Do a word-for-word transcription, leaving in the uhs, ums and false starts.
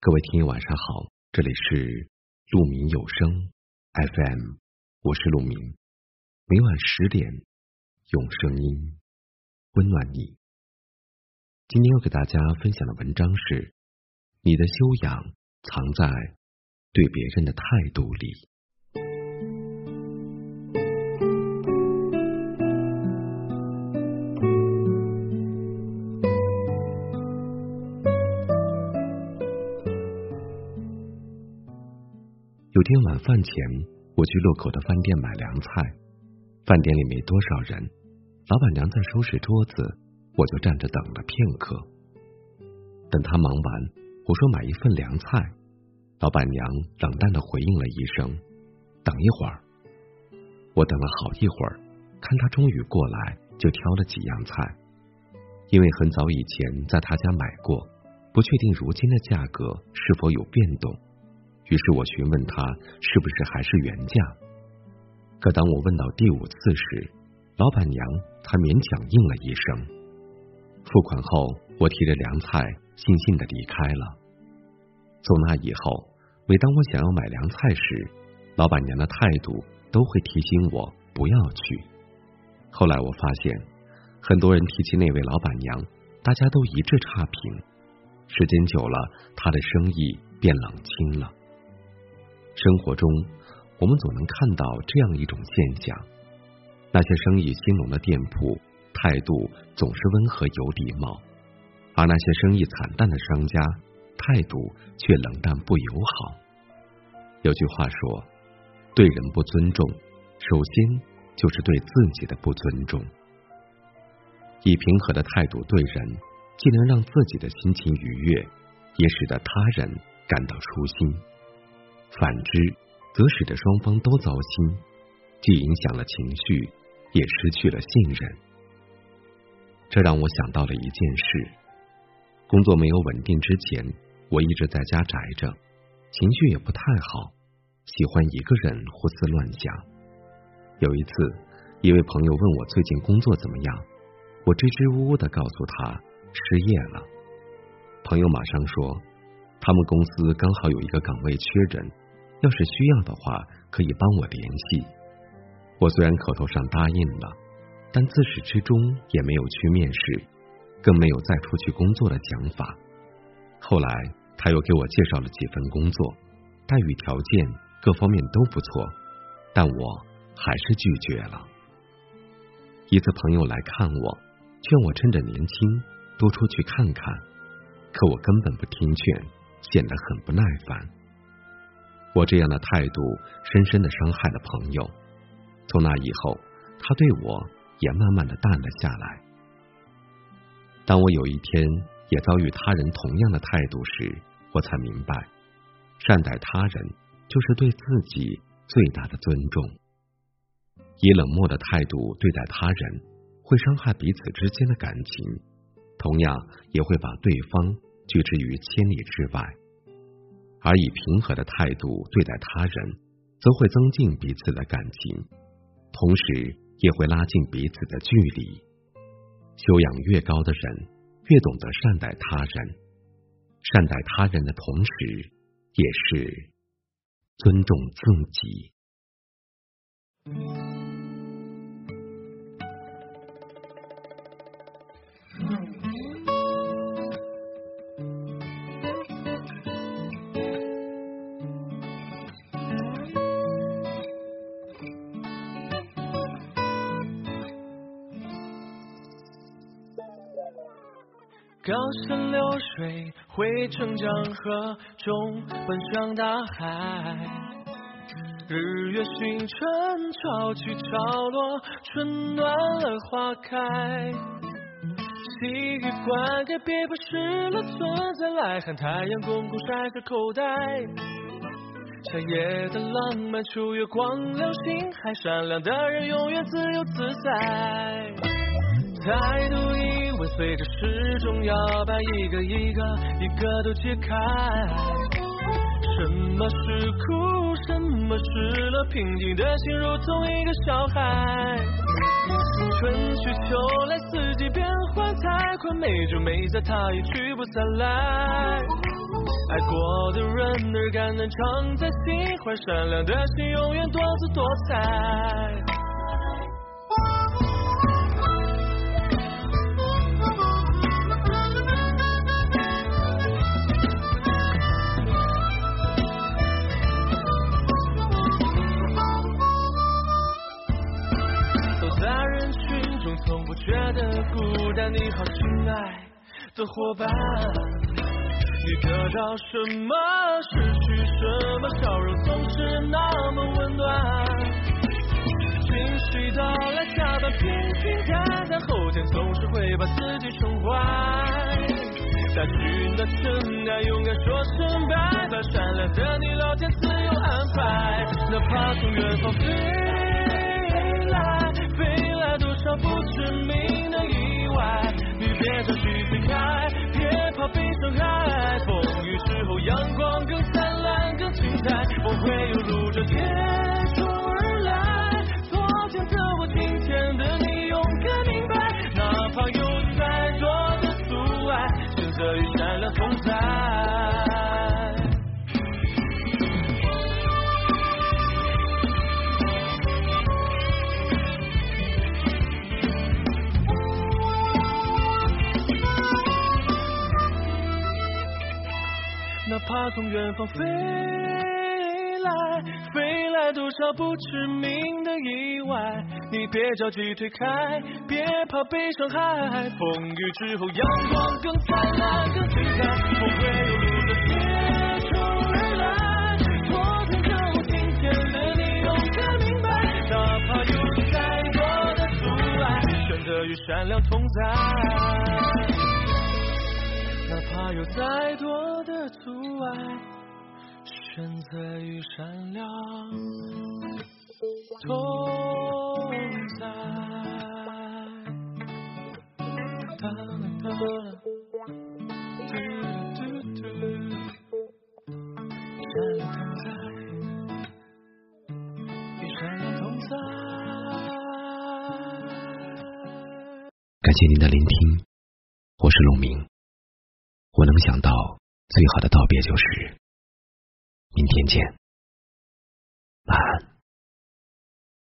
各位听友晚上好，这里是鹿鸣有声 F M， 我是鹿鸣，每晚十点用声音温暖你。今天要给大家分享的文章是：你的修养藏在对别人的态度里。有天晚饭前，我去路口的饭店买凉菜，饭店里没多少人，老板娘在收拾桌子，我就站着等了片刻。等她忙完，我说买一份凉菜，老板娘冷淡地回应了一声等一会儿。我等了好一会儿，看她终于过来，就挑了几样菜。因为很早以前在她家买过，不确定如今的价格是否有变动，于是我询问他是不是还是原价。可当我问到第五次时，老板娘才勉强应了一声。付款后，我提着凉菜悻悻地离开了。从那以后，每当我想要买凉菜时，老板娘的态度都会提醒我不要去。后来我发现，很多人提起那位老板娘，大家都一致差评。时间久了，她的生意变冷清了。生活中，我们总能看到这样一种现象：那些生意兴隆的店铺，态度总是温和有礼貌；而那些生意惨淡的商家，态度却冷淡不友好。有句话说，对人不尊重，首先就是对自己的不尊重。以平和的态度对人，既能让自己的心情愉悦，也使得他人感到舒心。反之，则使得双方都糟心，既影响了情绪，也失去了信任。这让我想到了一件事：工作没有稳定之前，我一直在家宅着，情绪也不太好，喜欢一个人胡思乱想。有一次，一位朋友问我最近工作怎么样，我支支吾吾地告诉他失业了。朋友马上说，他们公司刚好有一个岗位缺人，要是需要的话，可以帮我联系。我虽然口头上答应了，但自始至终也没有去面试，更没有再出去工作的想法。后来他又给我介绍了几份工作，待遇条件各方面都不错，但我还是拒绝了。一次朋友来看我，劝我趁着年轻多出去看看，可我根本不听劝，显得很不耐烦。我这样的态度深深地伤害了朋友，从那以后，他对我也慢慢地淡了下来。当我有一天也遭遇他人同样的态度时，我才明白，善待他人就是对自己最大的尊重。以冷漠的态度对待他人，会伤害彼此之间的感情，同样也会把对方拒之于千里之外。而以平和的态度对待他人，则会增进彼此的感情，同时也会拉近彼此的距离。修养越高的人，越懂得善待他人，善待他人的同时，也是尊重自己。 高山流水汇成江河，中奔向大海。日月星辰潮起潮落，春暖了花开。细雨灌溉，别把失了存在来看太阳公公晒在口袋。夏夜的浪漫，秋月光亮，星海闪亮的人永远自由自在。态度以为随着时钟摇摆，一个一个一个都解开。什么是苦，什么是乐，平静的心如同一个小孩。春去秋来，四季变换太快，没就没在，它一去不再来。爱过而感能常在心怀，善良的心永远多姿多彩。走在人群中，从不觉得孤单，你好，亲爱的伙伴。你得到什么，失去什么，笑容总是那么温暖。情绪到来下班，平平淡淡，后天总是会把自己宠坏。带去那真爱，勇敢说声拜拜，善良的你，老天自有安排。哪怕从远方飞来，飞来多少不知名的意外，你别着急推开，别怕被伤害。风雨之后，阳光更灿烂，更精彩。我会有路着铁柱而来，昨天的我，今天的你，勇敢明白，哪怕有再多的阻碍，选择与善良同在。哪怕从远方飞来，飞来多少不知名的意外，你别着急推开，别怕被伤害。风雨之后，阳光更灿烂，更精彩。我会有路的铁柱而来，昨天的我，今天的你，勇敢明白，哪怕有再多的阻碍，选择与善良同在。哪怕有再多的阻碍，选择与善良同在。哒啦哒啦，嘟嘟嘟，善良同在，与善良同在。 感谢您的聆听，我是陆明。我能想到最好的道别就是明天见，晚安。